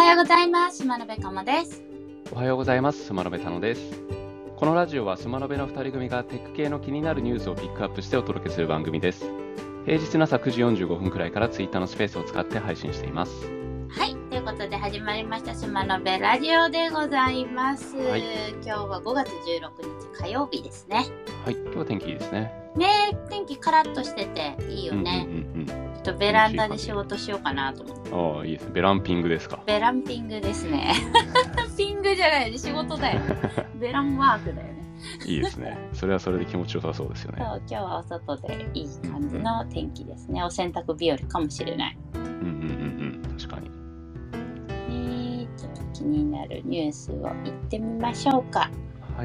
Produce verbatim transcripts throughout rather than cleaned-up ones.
はようございます。島辺かもです。 おはようございます。島辺たのです。このラジオは島辺のふたり組がテック系の気になるニュースをピックアップしてお届けする番組です。平日の朝くじよんじゅうごふんくらいからツイッターのスペースを使って配信しています。 はい、ということで始まりました島辺ラジオでございます、はい、今日はごがつじゅうろくにち火曜日ですね。 はい、今日は天気いいですね。 ねえ、天気カラッとしてていいよね。うんうんうんうん、ちょっとベランダで仕事しようかなと思って。 ああ、いいですね。ベランピングですか。 ベランピングですね。ピングじゃないで仕事だよ。ベランワークだよね。 いいですね。それはそれで気持ちよさそうですよね。 そう、今日はお外でいい感じの天気ですね。うんうん、お洗濯日和かもしれない。 うんうんうんうん、確かに。 えーと、気になるニュースを言ってみましょうか。 はい。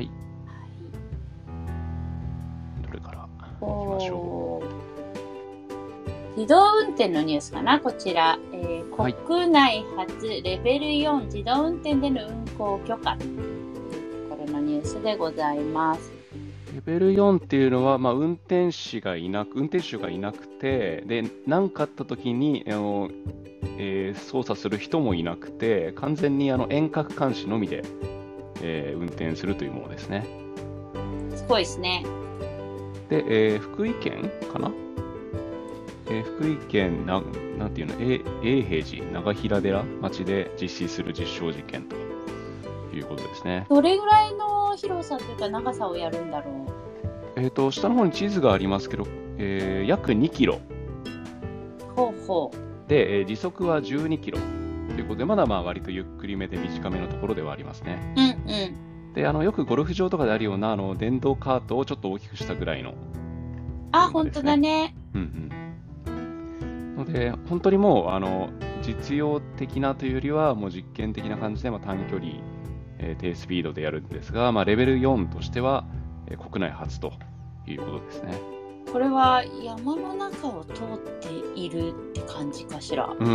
どれから行きましょう。自動運転のニュースかな、こちら。えーはい、国内初レベルよん自動運転での運行許可というところのニュースでございます。 レベルよんっていうのは、まあ、運転士がいなく、運転手がいなくて、で、何かあった時に、あの、えー、操作する人もいなくて、完全にあの遠隔監視のみで、えー、運転するというものですね。 すごいですね。 で、えー、福井県かな、えー、福井県な、なんていうの、永平寺長平寺町で実施する実証実験ということですね。 どれぐらいの広さというか長さをやるんだろう。えっと、下の方に地図がありますけど、えー、約にキロ。 ほうほう。 で、えー、時速はじゅうにキロということで、まだまあ割とゆっくりめで短めのところではありますね。 うんうん。 で、あのよくゴルフ場とかであるようなあの電動カートをちょっと大きくしたぐらいの、ね。 あ、本当だね。 うんうん。ので、本当にもうあの実用的なというよりは、もう実験的な感じで、まあ、短距離、えー、低スピードでやるんですが、まあ、レベルよんとしては、えー、国内初ということですね。 これは山の中を通っているって感じかしら。 うん、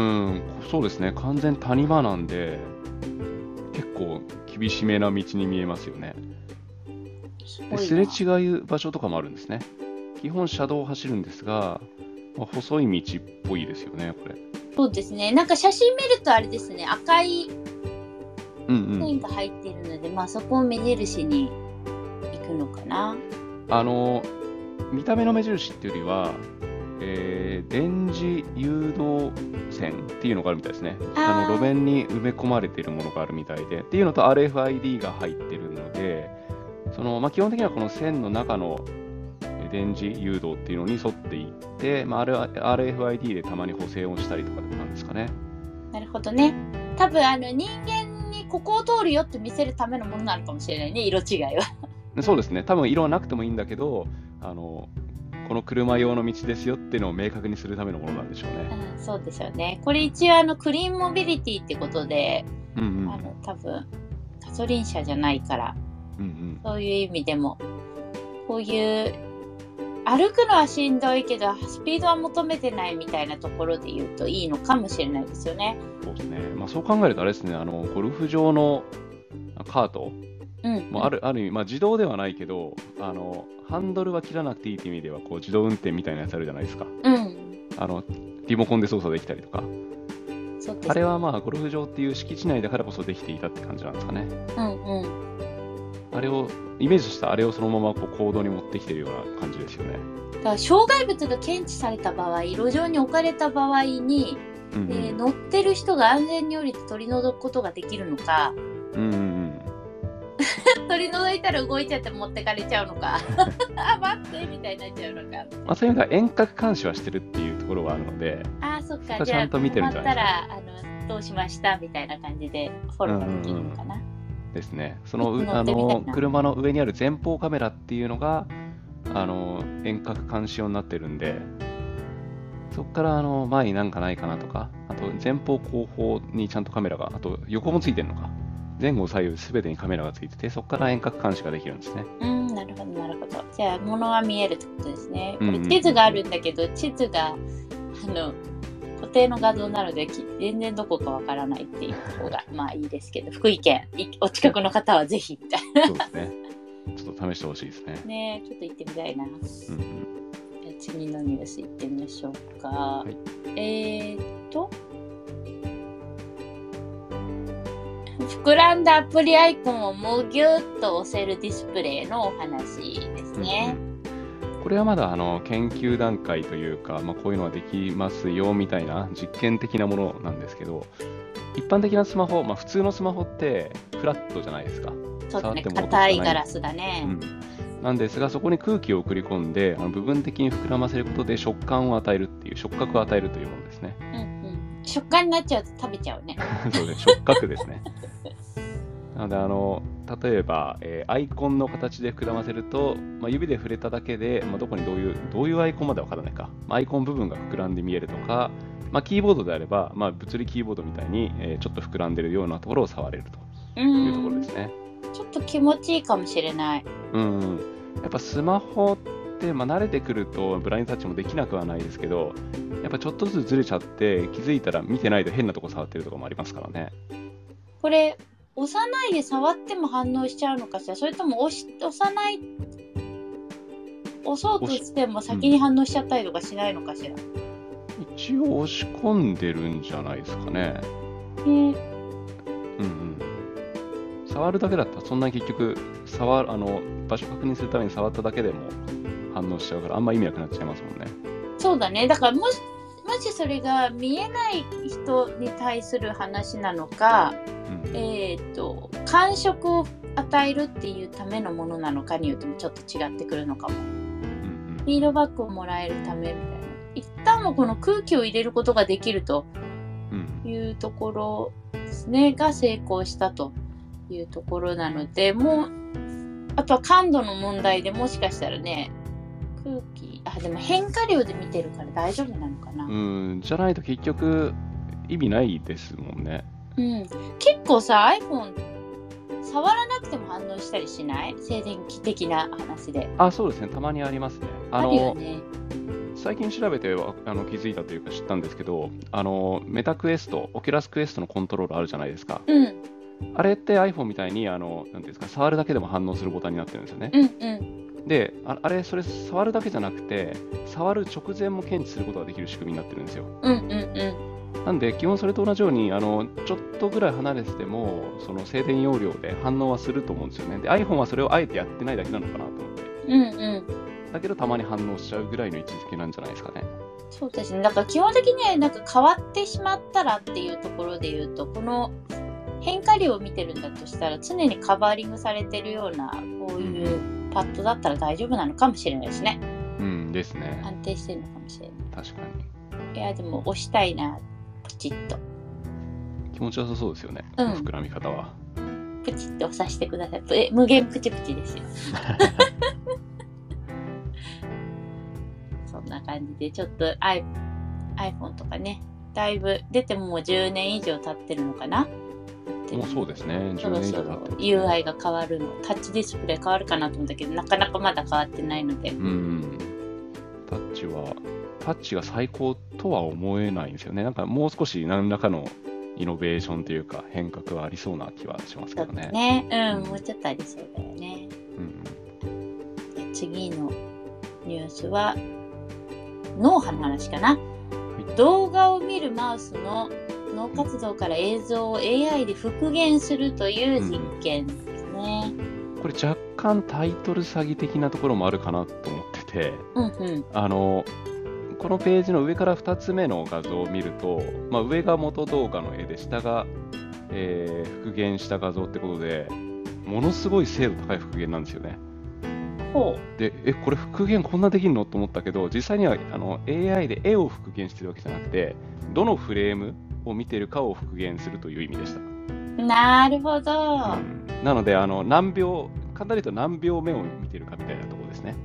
そうですね。完全谷間なんで、結構厳しめな道に見えますよね。すれ違う場所とかもあるんですね。基本車道を走るんですが、まあ、細い道っぽいですよね、これ。 そうですね。なんか写真見るとあれですね、赤い線が入っているので、うんうん、まあそこを目印に行くのかな。 あの見た目の目印っていうよりは、えー、電磁誘導線っていうのがあるみたいですね。あの路面に埋め込まれているものがあるみたいで、っていうのと アールエフアイディー が入ってるので、そのまあ、基本的にはこの線の中の電磁誘導っていうのに沿っていって、まあ、アールエフアイディー でたまに補正をしたりとかなんですかね。 なるほどね。多分あの人間にここを通るよって見せるためのものなのかもしれないね、色違いは。 そうですね。多分色はなくてもいいんだけど、あのこの車用の道ですよっていうのを明確にするためのものなんでしょうね。 うん、そうでしょうね。これ一応あのクリーンモビリティってことで、 うんうん、 あの多分ガソリン車じゃないから、うんうん、そういう意味でもこういう歩くのはしんどいけどスピードは求めてないみたいなところで言うといいのかもしれないですよね。 そうですね。まあ、そう考えるとあれですね、あのゴルフ場のカート、うんうん、もうあるある意味、まあ、自動ではないけど、あのハンドルは切らなくていいという意味ではこう自動運転みたいなやつあるじゃないですか。 うん、 あのリモコンで操作できたりとか。 そうですね、 あれはまあゴルフ場っていう敷地内だからこそできていたって感じなんですかね。 うんうん。 あれをイメージしたあれをそのままこう行動に持ってきているような感じですよね。 だから障害物が検知された場合、路上に置かれた場合に、うんうん、えー、乗ってる人が安全に降りて取り除くことができるのか、うんうんうん、取り除いたら動いちゃって持ってかれちゃうのかあ、待ってみたいになっちゃうのか、 まあ、そういう意味では遠隔監視はしてるっていうところはあるので、 あー、そっか、 ちゃんと見てるんじゃないですか。 じゃあ止まったらあのどうしましたみたいな感じでフォローができるのかな、うんうん、 ですね。そのあの車の上にある前方カメラっていうのがあの遠隔監視用になってるんで、そこからあの前になんかないかなとか、あと前方後方にちゃんとカメラが、あと横もついてるのか、前後左右すべてにカメラがついてて、そこから遠隔監視ができるんですね。 うん、なるほどなるほど。じゃあ物は見えるってことですね。これ地図があるんだけど、うんうん、地図があの固定の画像なので全然どこかわからないっていう方がまあいいですけど、福井県お近くの方はぜひみたいな。 そうですね。ちょっと試してほしいですね。 ねえ、ちょっと行ってみたいな。うんうん、じゃあ次のニュース行ってみましょうか。はい、えーっと膨らんだアプリアイコンをもぎゅっと押せるディスプレイのお話ですね。 うんうん、これはまだあの研究段階というか、まあ、こういうのはできますよみたいな実験的なものなんですけど、一般的なスマホ、まあ、普通のスマホってフラットじゃないですか。 そうだね、硬いガラスだね、 うん、なんですが、そこに空気を送り込んであの部分的に膨らませることで食感を与えるっていう、触覚を与えるというものですね。 うんうん、食感になっちゃうと食べちゃうね。 そうです、触覚ですね。なのであの例えば、えー、アイコンの形で膨らませると、まあ、指で触れただけで、まあ、どこにどういうどういうアイコンまでわからないか、まあ、アイコン部分が膨らんで見えるとか、まあ、キーボードであれば、まあ、物理キーボードみたいに、えー、ちょっと膨らんでるようなところを触れるというところですね。 ちょっと気持ちいいかもしれない。 うん、やっぱスマホって、まあ、慣れてくるとブラインドタッチもできなくはないですけど、やっぱちょっとずつずれちゃって気づいたら見てないと変なとこ触ってるとかもありますからね。 これ押さないで触っても反応しちゃうのかしら、それとも押し押さない押そうとしても先に反応しちゃったりとかしないのかしら。うん、 一応押し込んでるんじゃないですかね。 へえ。うんうん。 触るだけだったらそんなに結局触あの場所確認するために触っただけでも反応しちゃうから、あんま意味なくなっちゃいますもんね。 そうだね。だからもしもしそれが見えない人に対する話なのか、うん、えっと感触を与えるっていうためのものなのかによってもちょっと違ってくるのかも。うんうん、フィードバックをもらえるためみたいな。一旦もこの空気を入れることができるというところですね、うん、が成功したというところなので、もうあとは感度の問題でもしかしたらね、空気あでも変化量で見てるから大丈夫なのかな。 うんじゃないと結局意味ないですもんね。 うん、結構さ iPhone 触らなくても反応したりしない？静電気的な話で。 あ、そうですね、たまにありますね。あのあるよね。 最近調べてあの気づいたというか知ったんですけど、あのメタクエスト、オキュラスクエストのコントロールあるじゃないですか。 うん、 あれって iPhone みたいにあのなんていうんですか、触るだけでも反応するボタンになってるんですよね。 うんうん、 で あ, あれそれ触るだけじゃなくて触る直前も検知することができる仕組みになってるんですよ。 うんうんうんなんで基本それと同じようにあのちょっとぐらい離れててもその静電容量で反応はすると思うんですよね。で iPhone はそれをあえてやってないだけなのかなと思って。 うんうん。 だけどたまに反応しちゃうぐらいの位置づけなんじゃないですかね。 そうですね。だから基本的にはなんか変わってしまったらっていうところで言うと、この変化量を見てるんだとしたら常にカバーリングされてるようなこういうパッドだったら大丈夫なのかもしれないですね。 うんですね。 安定してるのかもしれない。 確かに。いやでも押したいな。プチッと気持ちよさそうですよね、 うん、 膨らみ方は。 プチッと押させてください。え無限プチプチですよ。そんな感じでちょっと iPhone とかね、だいぶ出てもうじゅうねん以上経ってるのかな。 もうそうですね、じゅうねん以上経ってる。そろそろユーアイ が変わるの、タッチディスプレイ変わるかなと思ったけど、なかなかまだ変わってないので。 うん、タッチはタッチが最高とは思えないんですよね。なんかもう少し何らかのイノベーションというか変革はありそうな気はしますけどね。 ね、うん、うん、もうちょっとありそうだよね。うん、で次のニュースは脳波の話かな、はい。動画を見るマウスの脳活動から映像を エーアイ で復元するという実験ですね。 うん、これ若干タイトル詐欺的なところもあるかなと思ってて、 うんうん、 あのこのページの上からふたつめの画像を見ると、まあ、上が元動画の絵で下が、えー、復元した画像ってことで、ものすごい精度高い復元なんですよね。 ほうでえこれ復元こんなできるのと思ったけど、実際にはあの エーアイ で絵を復元してるわけじゃなくて、どのフレームを見てるかを復元するという意味でした。 なるほど。うん、 なのであの何秒簡単に言うと何秒目を見てるかみたいなところですね。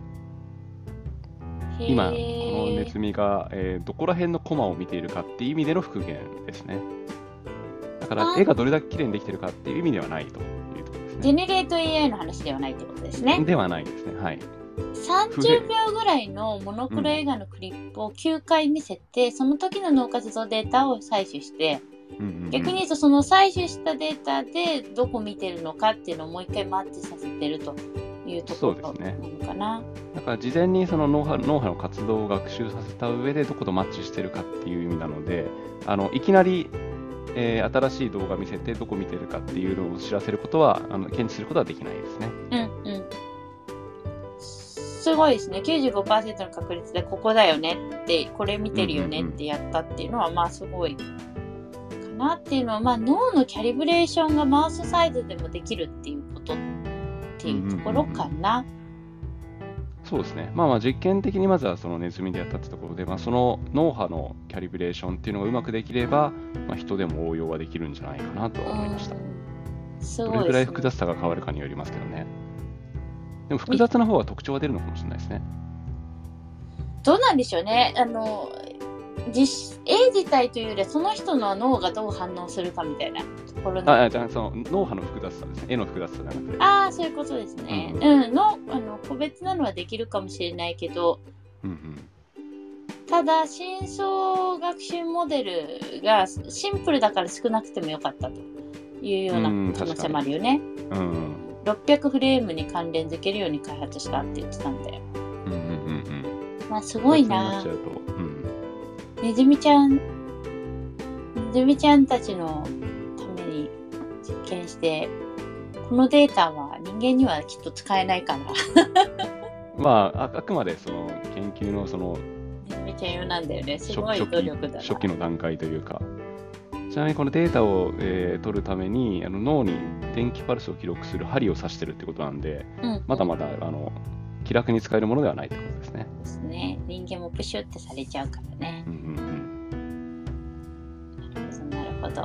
今このネズミが、えー、どこら辺のコマを見ているかっていう意味での復元ですね。だから絵がどれだけ綺麗にできているかっていう意味ではないというところですね。 ジェネレート エーアイ の話ではないってことですね。 ではないですね。はい。 さんじゅうびょうぐらいのモノクロ映画のクリップをきゅうかい見せて、うん、その時の脳活動データを採取して、うんうんうん、逆に言うとその採取したデータでどこ見てるのかっていうのをもう一回マッチさせてるというところなのかな。 ね、だから事前にその脳波、脳波の活動を学習させた上でどことマッチしてるかっていう意味なので、あのいきなりえー、新しい動画見せてどこ見てるかっていうのを知らせることは、あの検知することはできないですね。 うんうん。すごいですね。きゅうじゅうごパーセント の確率でここだよねって、これ見てるよねってやったっていうのは、まあすごいかなっていうのは、まあ脳のキャリブレーションがマウスサイズでもできるっていうことっていうところかな。うんうんうんうんそうですね。まあまあ実験的にまずはそのネズミでやったってところで、まあ、その脳波のキャリブレーションっていうのがうまくできれば、まあ、人でも応用はできるんじゃないかなとは思いました。 そうですね、 どれくらい複雑さが変わるかによりますけどね。でも複雑な方は特徴が出るのかもしれないですね。 どうなんでしょうね。あの実絵自体というよりはその人の脳がどう反応するかみたいなところああじゃあその脳波の複雑さですね。絵の複雑さじゃなくて。 ああそういうことですね。うん、うん、のあの個別なのはできるかもしれないけど、 うんうん、 ただ深層学習モデルがシンプルだから少なくてもよかったというような可能性もあるよね。 うんうん、 ろっぴゃくフレームに関連づけるように開発したって言ってたんで、 うんうんうんうん、 まあすごいな。ネズミちゃん、ネズミちゃんたちのために実験して、このデータは人間にはきっと使えないから。 まあ、あ、あくまでその研究のその、 ネズミちゃん用なんだよね。すごい努力だな。 初期の段階というか。ちなみにこのデータを、えー、取るためにあの脳に電気パルスを記録する針を刺してるってことなんで、うんうん、まだまだあの気楽に使えるものではないってことですね。 ですね。人間もプシュってされちゃうからね。うんうんうん。なるほど。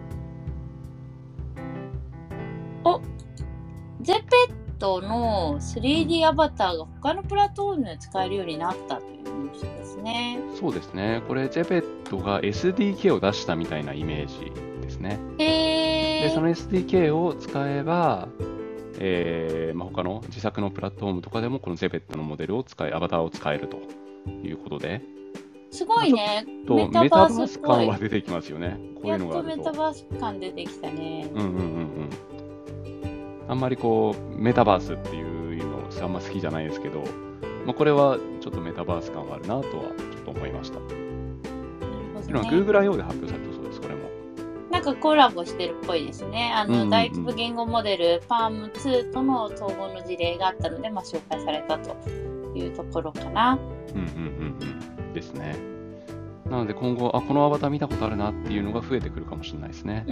お、ゼペットの スリーディー アバターが他のプラットフォームで使えるようになったというニュースですね。 そうですね。これゼペットが エスディーケー を出したみたいなイメージですね。 へー。 で、その エスディーケー を使えば、えーまあ、他の自作のプラットフォームとかでもこのゼペットのモデルを使い、アバターを使えるということで。 すごいね。 とメタバース感は出てきますよね。こういうのがあると。 やっとメタバース感出てきたね。 うんうんうんうん。あんまりこうメタバースっていうのあんま好きじゃないですけど、まあ、これはちょっとメタバース感はあるなとはちょっと思いました。なるほどね。Google アイオー で発表されたそうです、これも。 なんかコラボしてるっぽいですね。あの、うんうんうん、大規模言語モデル パームツー との統合の事例があったので、まあ、紹介されたというところかな。 うんうんうんうん。ですね。なので今後、あ、このアバター見たことあるなっていうのが増えてくるかもしれないですね。 うんうん。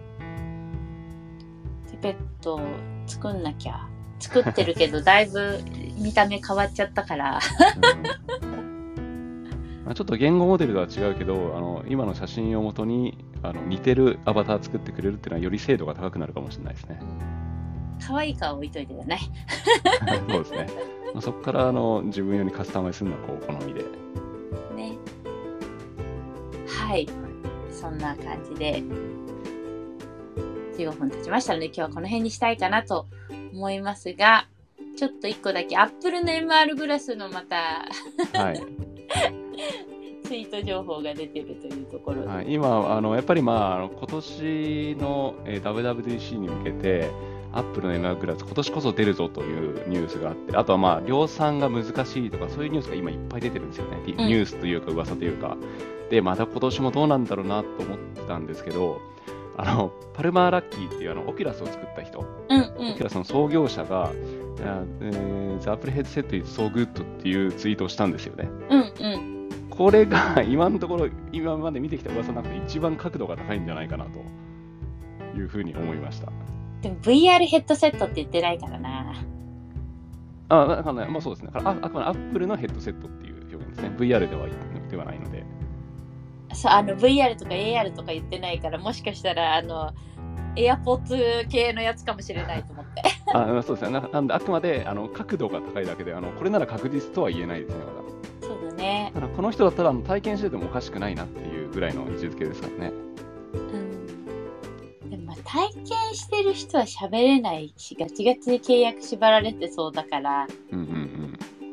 ゼペット作んなきゃ。作ってるけど、だいぶ見た目変わっちゃったから。うんまあ、ちょっと言語モデルとは違うけど、あの今の写真をもとにあの似てるアバター作ってくれるっていうのはより精度が高くなるかもしれないですね。 可愛い顔置いといてだね。 そうですね。まあ、そこからあの自分用にカスタマイズするのはこう好みで。 ね。はい。そんな感じでじゅうごふん経ちましたので今日はこの辺にしたいかなと思いますが、ちょっといっこだけ Apple の エムアール グラスのまた、はい、ツイート情報が出てるというところで、 はい、今あのやっぱり、まあ、あの今年の、えー、ダブリューダブリューディーシー に向けてアップルの エムアール グラス今年こそ出るぞというニュースがあって、あとはまあ量産が難しいとかそういうニュースが今いっぱい出てるんですよね、うん、ニュースというか噂というかで、また今年もどうなんだろうなと思ってたんですけど、あのパルマー・ラッキーっていうあのオキュラスを作った人、 うんうん、 オキュラスの創業者が、えー、The Apple Headset is so good っていうツイートをしたんですよね。 うんうんこれが今のところ今まで見てきた噂の中で一番角度が高いんじゃないかなというふうに思いました。 でも ブイアール ヘッドセットって言ってないからな。 あ、だからね、まあそうですね。あ、あくまで Apple のヘッドセットっていう表現ですね。ブイアール ではではないので。 そう、あの ブイアール とか エーアール とか言ってないから、もしかしたらあの AirPods 系のやつかもしれないと思って。 あ、そうですね。な, なんであくまであの角度が高いだけで、あのこれなら確実とは言えないですね。まだ。 そうだね。 ただこの人だったら体験しててもおかしくないなっていうぐらいの位置づけですからね。 うん。でもまあ体験してる人は喋れないし、ガチガチに契約縛られてそうだから、 うんうんうん、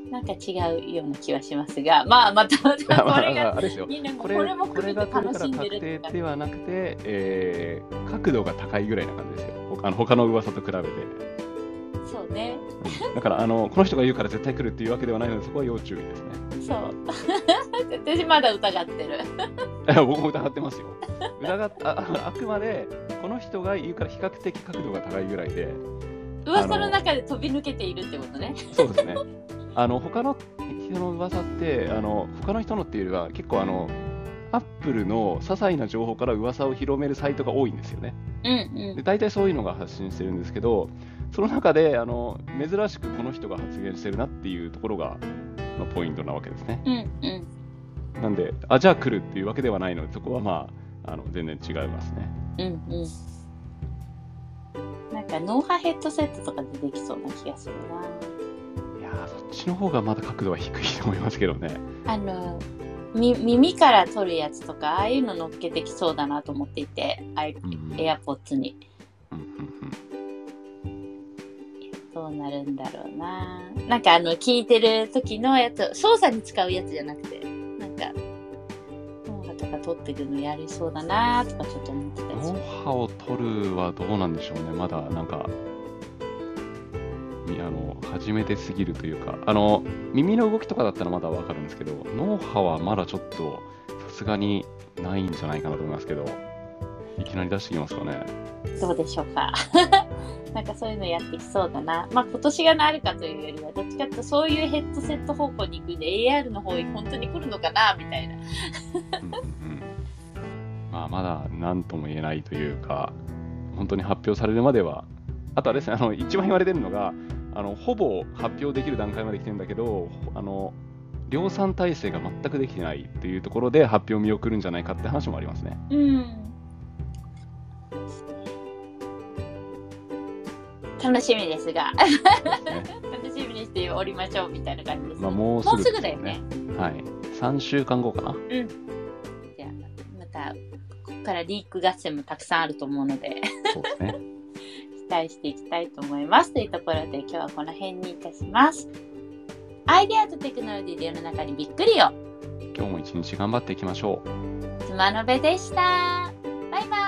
なんか違うような気はしますが、まあまたまたこれがあれですよ。 みんなこれも含めて楽しんでるって確定ではなくて、えー、角度が高いぐらいな感じですよ。他の他の噂と比べて。 そうね。 だからあのこの人が言うから絶対来るっていうわけではないので、そこは要注意ですね。 そう。私まだ疑ってる。 いや僕も疑ってますよ。疑っああくまでこの人が言うから比較的角度が高いぐらいで、 噂の中で飛び抜けているってことね。 そうですね。あの他の人の噂ってあの他の人のっていうよりは結構あのアップルの些細な情報から噂を広めるサイトが多いんですよね。 うんうん、 で大体そういうのが発信してるんですけど、その中であの珍しくこの人が発言してるなっていうところがのポイントなわけですね。 うんうんなんで、あ、じゃあ来るっていうわけではないので、そこはまあ、あの全然違いますね。 うんうん。なんか、ノーハヘッドセットとかでできそうな気がするな。 いやー、そっちの方がまだ角度は低いと思いますけどね。 あの、み耳から取るやつとか、ああいうの乗っけてきそうだなと思っていて、エアポッツに。うんうんうん、どうなるんだろうな。なんかあの、聞いてる時のやつ、操作に使うやつじゃなくて、なんか、脳波とか取っていくのやりそうだなとかちょっと思ってたりする。 脳波を取るはどうなんでしょうね。まだなんか、あの初めてすぎるというか、あの耳の動きとかだったらまだわかるんですけど、脳波はまだちょっとさすがにないんじゃないかなと思いますけど、いきなり出してきますかね。 どうでしょうか。なんかそういうのやってきそうだな。まあ今年がなるかというよりは、どっちかというとそういうヘッドセット方向に行くんで エーアール の方に本当に来るのかなみたいな。うんうん、 まあまだ何とも言えないというか、本当に発表されるまでは。あとはですね、あの一番言われてるのが、あのほぼ発表できる段階まで来てるんだけど、あの量産体制が全くできてないというところで発表を見送るんじゃないかって話もありますね。 うん。楽しみですが、す、ね、楽しみにしておりましょうみたいな感じです、ね。 まあ、もうすぐですね。 もうすぐだよね。 はい。さんしゅうかんごかな。うん。 じゃあまたここからリーク合戦もたくさんあると思うので、 そうですね。 期待していきたいと思います。というところで今日はこの辺にいたします。アイデアとテクノロジーで世の中にびっくりを。 今日も一日頑張っていきましょう。 つまのべでした。バイバイ。